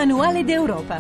Manuale d'Europa.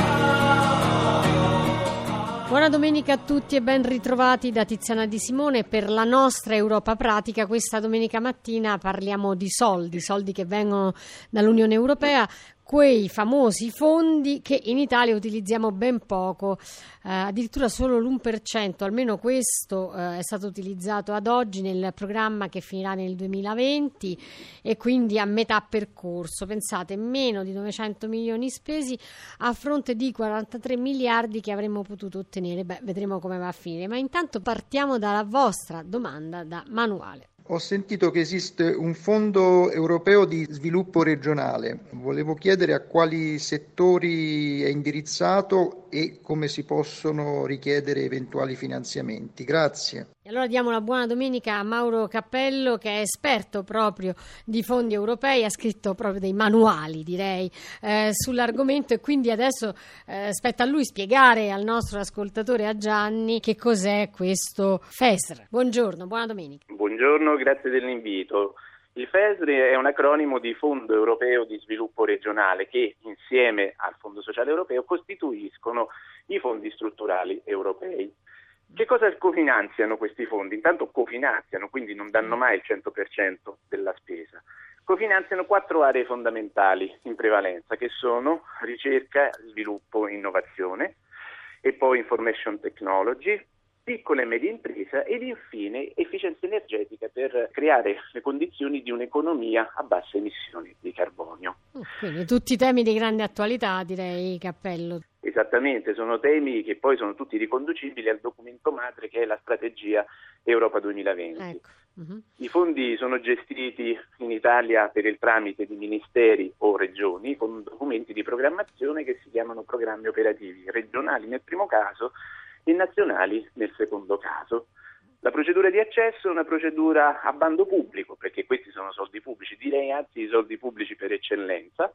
Buona domenica a tutti e ben ritrovati da Tiziana Di Simone per la nostra Europa Pratica. Questa domenica mattina parliamo di soldi che vengono dall'Unione Europea, quei famosi fondi che in Italia utilizziamo ben poco, addirittura solo l'1%, almeno questo è stato utilizzato ad oggi nel programma che finirà nel 2020 e quindi a metà percorso. Pensate, meno di 900 milioni spesi a fronte di 43 miliardi che avremmo potuto ottenere. Vedremo come va a finire, ma intanto partiamo dalla vostra domanda da manuale. Ho sentito che esiste un fondo europeo di sviluppo regionale. Volevo chiedere a quali settori è indirizzato e come si possono richiedere eventuali finanziamenti. Grazie. E allora diamo la buona domenica a Mauro Cappello, che è esperto proprio di fondi europei, ha scritto proprio dei manuali, direi, sull'argomento, e quindi adesso spetta a lui spiegare al nostro ascoltatore, a Gianni, che cos'è questo FESR. Buongiorno, buona domenica. Buongiorno, grazie dell'invito. Il FESR è un acronimo di Fondo Europeo di Sviluppo Regionale che, insieme al Fondo Sociale Europeo, costituiscono i fondi strutturali europei. Che cosa cofinanziano questi fondi? Intanto cofinanziano, quindi non danno mai il 100% della spesa. Cofinanziano 4 aree fondamentali in prevalenza, che sono ricerca, sviluppo, innovazione, e poi information technology, piccole e medie imprese ed infine efficienza energetica per creare le condizioni di un'economia a basse emissioni di carbonio. Quindi tutti temi di grande attualità, direi, Cappello. Esattamente, sono temi che poi sono tutti riconducibili al documento madre che è la strategia Europa 2020. Ecco. Uh-huh. I fondi sono gestiti in Italia per il tramite di ministeri o regioni con documenti di programmazione che si chiamano programmi operativi regionali nel primo caso e nazionali nel secondo caso. La procedura di accesso è una procedura a bando pubblico, perché questi sono soldi pubblici, direi anzi i soldi pubblici per eccellenza,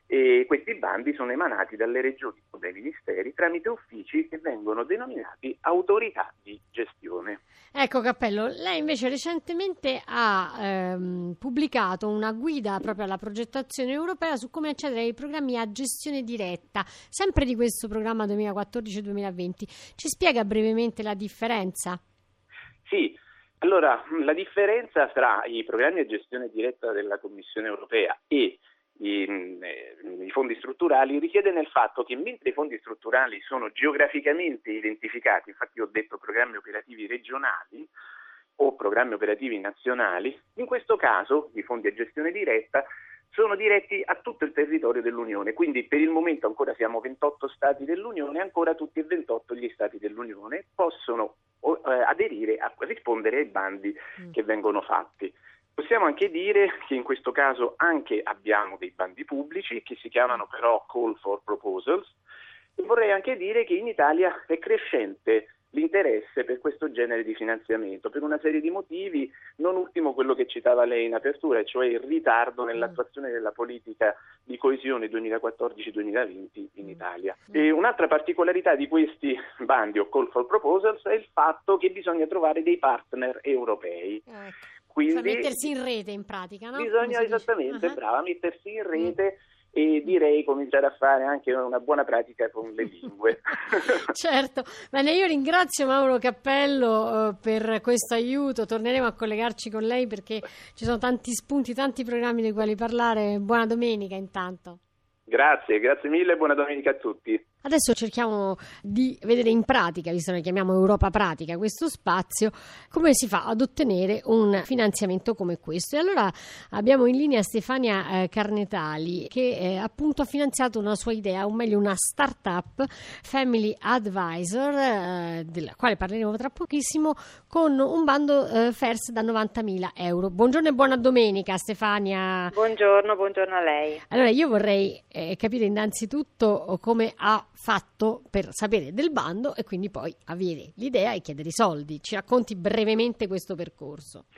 e questi bandi sono emanati dalle regioni o dai ministeri tramite uffici che vengono denominati autorità di gestione. Ecco, Cappello, lei invece recentemente ha pubblicato una guida proprio alla progettazione europea su come accedere ai programmi a gestione diretta, sempre di questo programma 2014-2020. Ci spiega brevemente la differenza? Sì, allora la differenza tra i programmi a gestione diretta della Commissione europea e i fondi strutturali risiede nel fatto che mentre i fondi strutturali sono geograficamente identificati, infatti ho detto programmi operativi regionali o programmi operativi nazionali, in questo caso i fondi a gestione diretta sono diretti a tutto il territorio dell'Unione, quindi per il momento ancora siamo 28 Stati dell'Unione, ancora tutti e 28 gli Stati dell'Unione possono aderire a rispondere ai bandi che vengono fatti. Possiamo anche dire che in questo caso anche abbiamo dei bandi pubblici che si chiamano però Call for Proposals, e vorrei anche dire che in Italia è crescente l'interesse per questo genere di finanziamento per una serie di motivi, non ultimo quello che citava lei in apertura, cioè il ritardo nell'attuazione della politica di coesione 2014-2020 in Italia. E un'altra particolarità di questi bandi o call for proposals è il fatto che bisogna trovare dei partner europei. Quindi cioè mettersi in rete in pratica, no? Bisogna esattamente, brava, mettersi in rete e direi cominciare a fare anche una buona pratica con le lingue. Certo, bene, io ringrazio Mauro Cappello per questo aiuto, torneremo a collegarci con lei perché ci sono tanti spunti, tanti programmi dei quali parlare. Buona domenica intanto. Grazie mille e buona domenica a tutti. Adesso cerchiamo di vedere in pratica, visto che noi chiamiamo Europa Pratica questo spazio, come si fa ad ottenere un finanziamento come questo. E allora abbiamo in linea Stefania Carnetali che appunto ha finanziato una sua idea, o meglio una start-up Family Advisor, della quale parleremo tra pochissimo, con un bando FESR da 90.000 euro. Buongiorno e buona domenica Stefania. Buongiorno a lei. Allora io vorrei capire innanzitutto come ha fatto per sapere del bando e quindi poi avere l'idea e chiedere i soldi. Ci racconti brevemente questo percorso?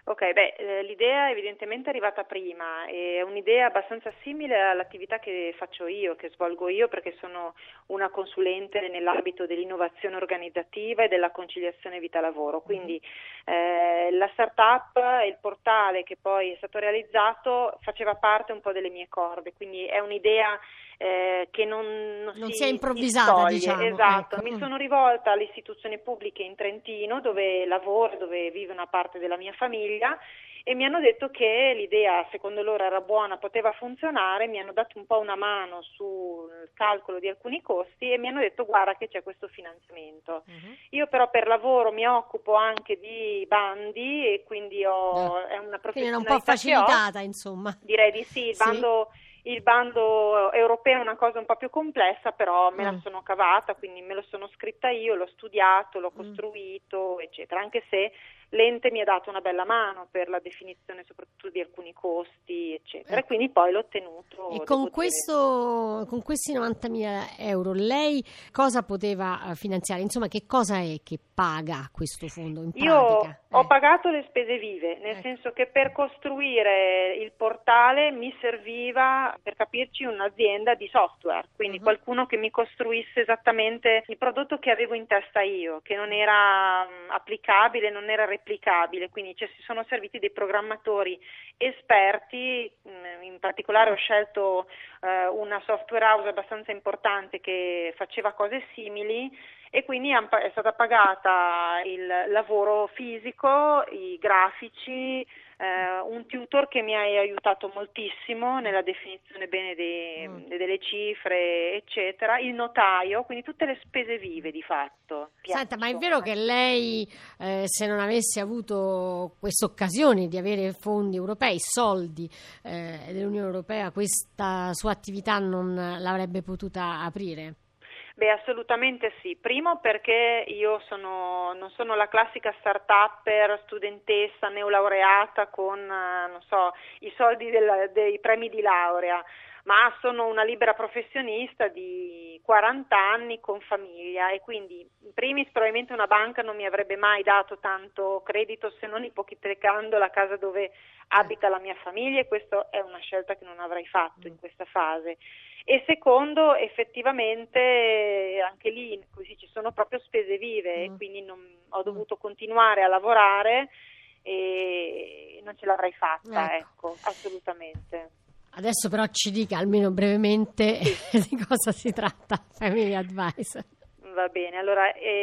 Ok, l'idea evidentemente è arrivata prima, è un'idea abbastanza simile all'attività che faccio io, che svolgo io, perché sono una consulente nell'ambito dell'innovazione organizzativa e della conciliazione vita-lavoro, quindi la startup e il portale che poi è stato realizzato faceva parte un po' delle mie corde, quindi è un'idea che non si è improvvisata, diciamo. Esatto, ecco. Mi sono rivolta alle istituzioni pubbliche in Trentino, dove lavoro, dove vive una parte della mia famiglia, e mi hanno detto che l'idea, secondo loro, era buona, poteva funzionare, mi hanno dato un po' una mano sul calcolo di alcuni costi e mi hanno detto: guarda che c'è questo finanziamento. Io però per lavoro mi occupo anche di bandi e quindi è una professionalità. Quindi era un po' facilitata, insomma. Direi di sì, il bando europeo è una cosa un po' più complessa, però me la sono cavata, quindi me lo sono scritta io, l'ho studiato, l'ho costruito, eccetera, anche se l'ente mi ha dato una bella mano per la definizione soprattutto di alcuni costi, eccetera, e quindi poi l'ho ottenuto. E con questi 90.000 euro lei cosa poteva finanziare? Insomma, che cosa è che paga questo fondo in pratica? Io ho pagato le spese vive, nel senso che per costruire il portale mi serviva, per capirci, un'azienda di software, quindi qualcuno che mi costruisse esattamente il prodotto che avevo in testa io, che non era applicabile, non era replicabile, quindi si sono serviti dei programmatori esperti, in particolare ho scelto una software house abbastanza importante che faceva cose simili, e quindi è stata pagata il lavoro fisico, i grafici, un tutor che mi ha aiutato moltissimo nella definizione bene delle cifre, eccetera, il notaio, quindi tutte le spese vive di fatto. Senta, ma è vero che lei, se non avesse avuto questa occasione di avere fondi europei, soldi dell'Unione Europea, questa sua attività non l'avrebbe potuta aprire? Assolutamente sì. Primo perché io non sono la classica start-upper, studentessa, neolaureata con, i soldi dei premi di laurea, ma sono una libera professionista di 40 anni con famiglia, e quindi in primis probabilmente una banca non mi avrebbe mai dato tanto credito, se non ipotecando la casa dove abita la mia famiglia, e questa è una scelta che non avrei fatto in questa fase. E secondo, effettivamente anche lì così ci sono proprio spese vive, e quindi ho dovuto continuare a lavorare e non ce l'avrei fatta, ecco, assolutamente. Adesso però ci dica almeno brevemente di cosa si tratta Family Advice. Va bene, allora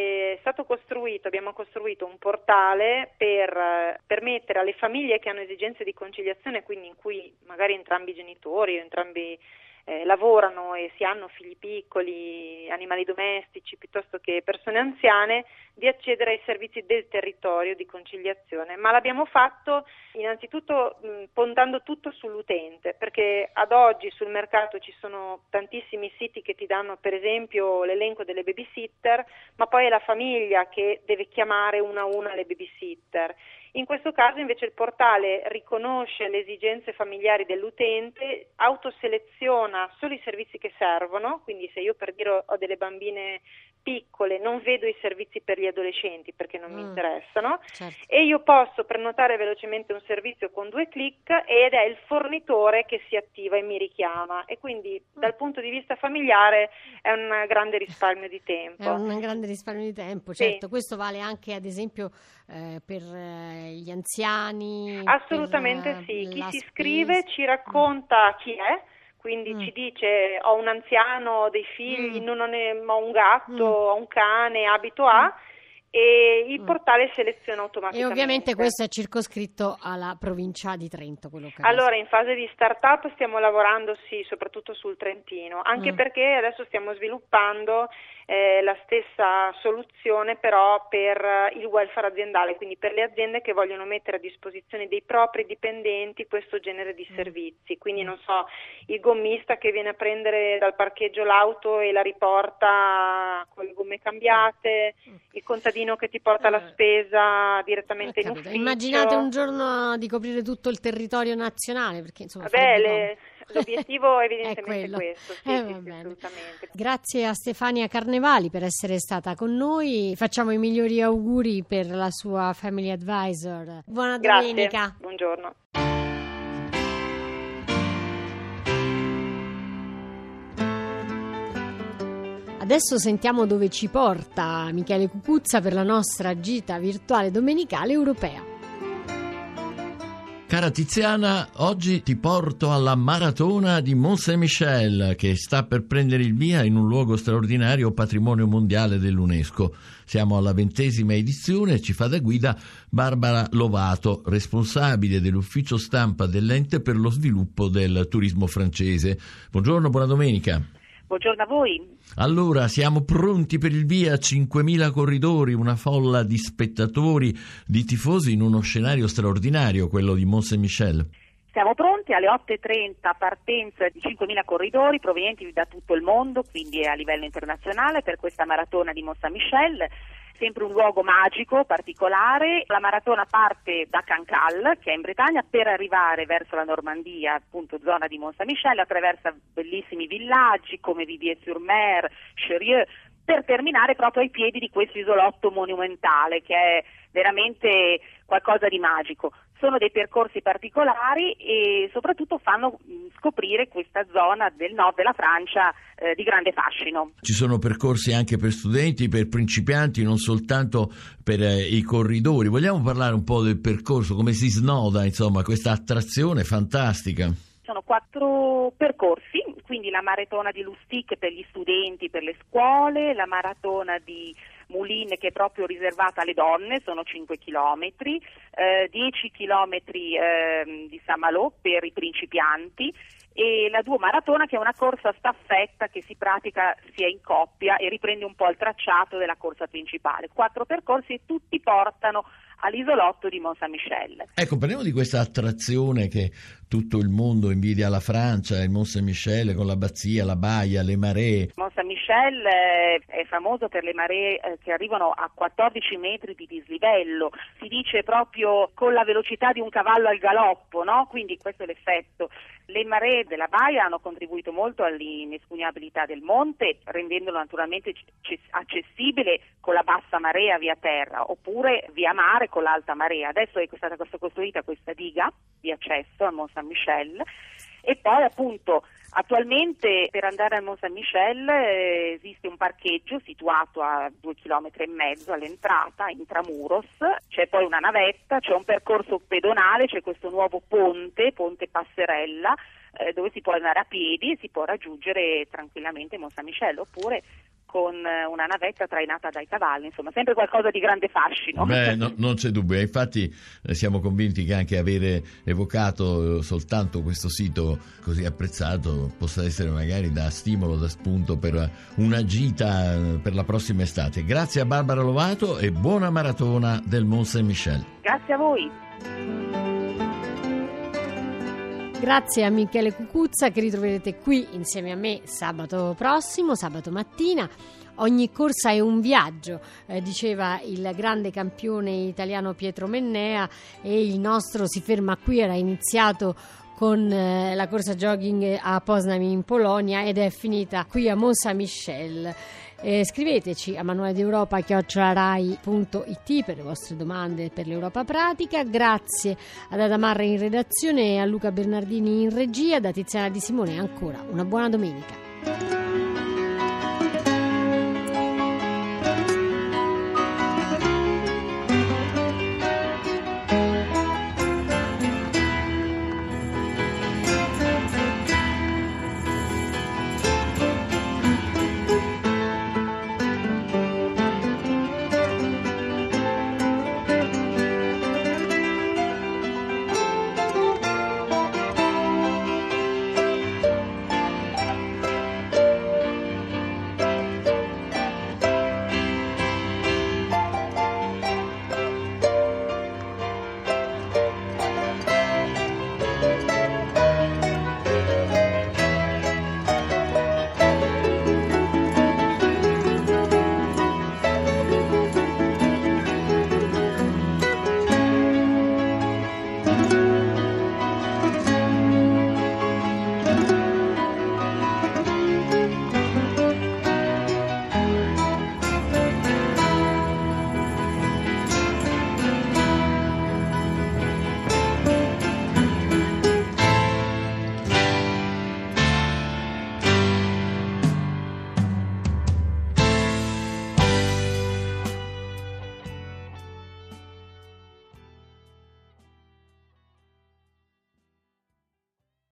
abbiamo costruito un portale per permettere alle famiglie che hanno esigenze di conciliazione, quindi in cui magari entrambi i genitori o entrambi lavorano e si hanno figli piccoli, animali domestici piuttosto che persone anziane, di accedere ai servizi del territorio di conciliazione, ma l'abbiamo fatto innanzitutto puntando tutto sull'utente, perché ad oggi sul mercato ci sono tantissimi siti che ti danno per esempio l'elenco delle babysitter, ma poi è la famiglia che deve chiamare una a una le babysitter. In questo caso invece il portale riconosce le esigenze familiari dell'utente, autoseleziona solo i servizi che servono, quindi se io per dire ho delle bambine piccole non vedo i servizi per gli adolescenti perché non mi interessano, certo. E io posso prenotare velocemente un servizio con 2 clic ed è il fornitore che si attiva e mi richiama, e quindi dal punto di vista familiare è un grande risparmio di tempo. È un grande risparmio di tempo, certo. Sì. Questo vale anche ad esempio per gli anziani? Assolutamente sì, chi si iscrive ci racconta chi è, quindi ci dice ho un anziano, ho dei figli, ho un gatto, ho un cane, abito a, e il portale seleziona automaticamente. E ovviamente questo è circoscritto alla provincia di Trento, quello che allora in fase di startup stiamo lavorando soprattutto sul Trentino, anche perché adesso stiamo sviluppando la stessa soluzione però per il welfare aziendale, quindi per le aziende che vogliono mettere a disposizione dei propri dipendenti questo genere di servizi, quindi non so, il gommista che viene a prendere dal parcheggio l'auto e la riporta con le gomme cambiate, il contadino che ti porta la spesa direttamente in ufficio. Immaginate un giorno di coprire tutto il territorio nazionale, perché insomma L'obiettivo è evidentemente quello. questo, sì, assolutamente. Grazie a Stefania Carnevali per essere stata con noi, facciamo i migliori auguri per la sua Family Advisor. Buona domenica. Buongiorno. Adesso sentiamo dove ci porta Michele Cucuzza per la nostra gita virtuale domenicale europea. Cara Tiziana, oggi ti porto alla maratona di Mont Saint-Michel, che sta per prendere il via in un luogo straordinario patrimonio mondiale dell'UNESCO. Siamo alla 20ª edizione e ci fa da guida Barbara Lovato, responsabile dell'ufficio stampa dell'ente per lo sviluppo del turismo francese. Buongiorno, buona domenica. Buongiorno a voi. Allora, siamo pronti per il via, 5.000 corridori, una folla di spettatori, di tifosi in uno scenario straordinario, quello di Mont Saint-Michel. Siamo pronti alle 8:30, partenza di 5.000 corridori provenienti da tutto il mondo, quindi a livello internazionale, per questa maratona di Mont Saint-Michel. Sempre un luogo magico, particolare. La maratona parte da Cancale, che è in Bretagna, per arrivare verso la Normandia, appunto zona di Mont Saint-Michel, attraversa bellissimi villaggi come Viviers-sur-Mer, Chérieux, per terminare proprio ai piedi di questo isolotto monumentale, che è veramente qualcosa di magico. Sono dei percorsi particolari e soprattutto fanno scoprire questa zona del nord della Francia di grande fascino. Ci sono percorsi anche per studenti, per principianti, non soltanto per i corridori. Vogliamo parlare un po' del percorso, come si snoda, insomma, questa attrazione fantastica? Sono 4 percorsi, quindi la maratona di Lustic per gli studenti, per le scuole, la maratona di Moulins che è proprio riservata alle donne, sono 5 chilometri, 10 chilometri di Saint-Malo per i principianti e la Duo Maratona che è una corsa a staffetta che si pratica sia in coppia e riprende un po' il tracciato della corsa principale. 4 percorsi e tutti portano all'isolotto di Mont Saint-Michel. Ecco, parliamo di questa attrazione che tutto il mondo invidia alla Francia, il Mont Saint-Michel con l'abbazia, la baia, le maree. Mont Saint-Michel è famoso per le maree che arrivano a 14 metri di dislivello, si dice proprio con la velocità di un cavallo al galoppo, no? Quindi questo è l'effetto. Le maree della baia hanno contribuito molto all'inespugnabilità del monte, rendendolo naturalmente accessibile con la bassa marea via terra, oppure via mare con l'alta marea. Adesso è stata costruita questa diga di accesso al Mont Saint-Michel e poi appunto attualmente per andare al Mont Saint-Michel esiste un parcheggio situato a 2,5 chilometri all'entrata, intramuros, c'è poi una navetta, c'è un percorso pedonale, c'è questo nuovo ponte passerella dove si può andare a piedi e si può raggiungere tranquillamente Mont Saint-Michel oppure con una navetta trainata dai cavalli, insomma sempre qualcosa di grande fascino. Non c'è dubbio, infatti siamo convinti che anche avere evocato soltanto questo sito così apprezzato possa essere magari da stimolo, da spunto per una gita per la prossima estate. Grazie a Barbara Lovato e buona maratona del Mont Saint-Michel. Grazie a voi. Grazie a Michele Cucuzza che ritroverete qui insieme a me sabato prossimo, sabato mattina. Ogni corsa è un viaggio, diceva il grande campione italiano Pietro Mennea e il nostro si ferma qui, era iniziato con la corsa jogging a Poznań in Polonia ed è finita qui a Mont Saint-Michel. Scriveteci a manualedeeuropa@rai.it per le vostre domande per l'Europa Pratica. Grazie ad Adamarra in redazione e a Luca Bernardini in regia. Da Tiziana Di Simone ancora una buona domenica.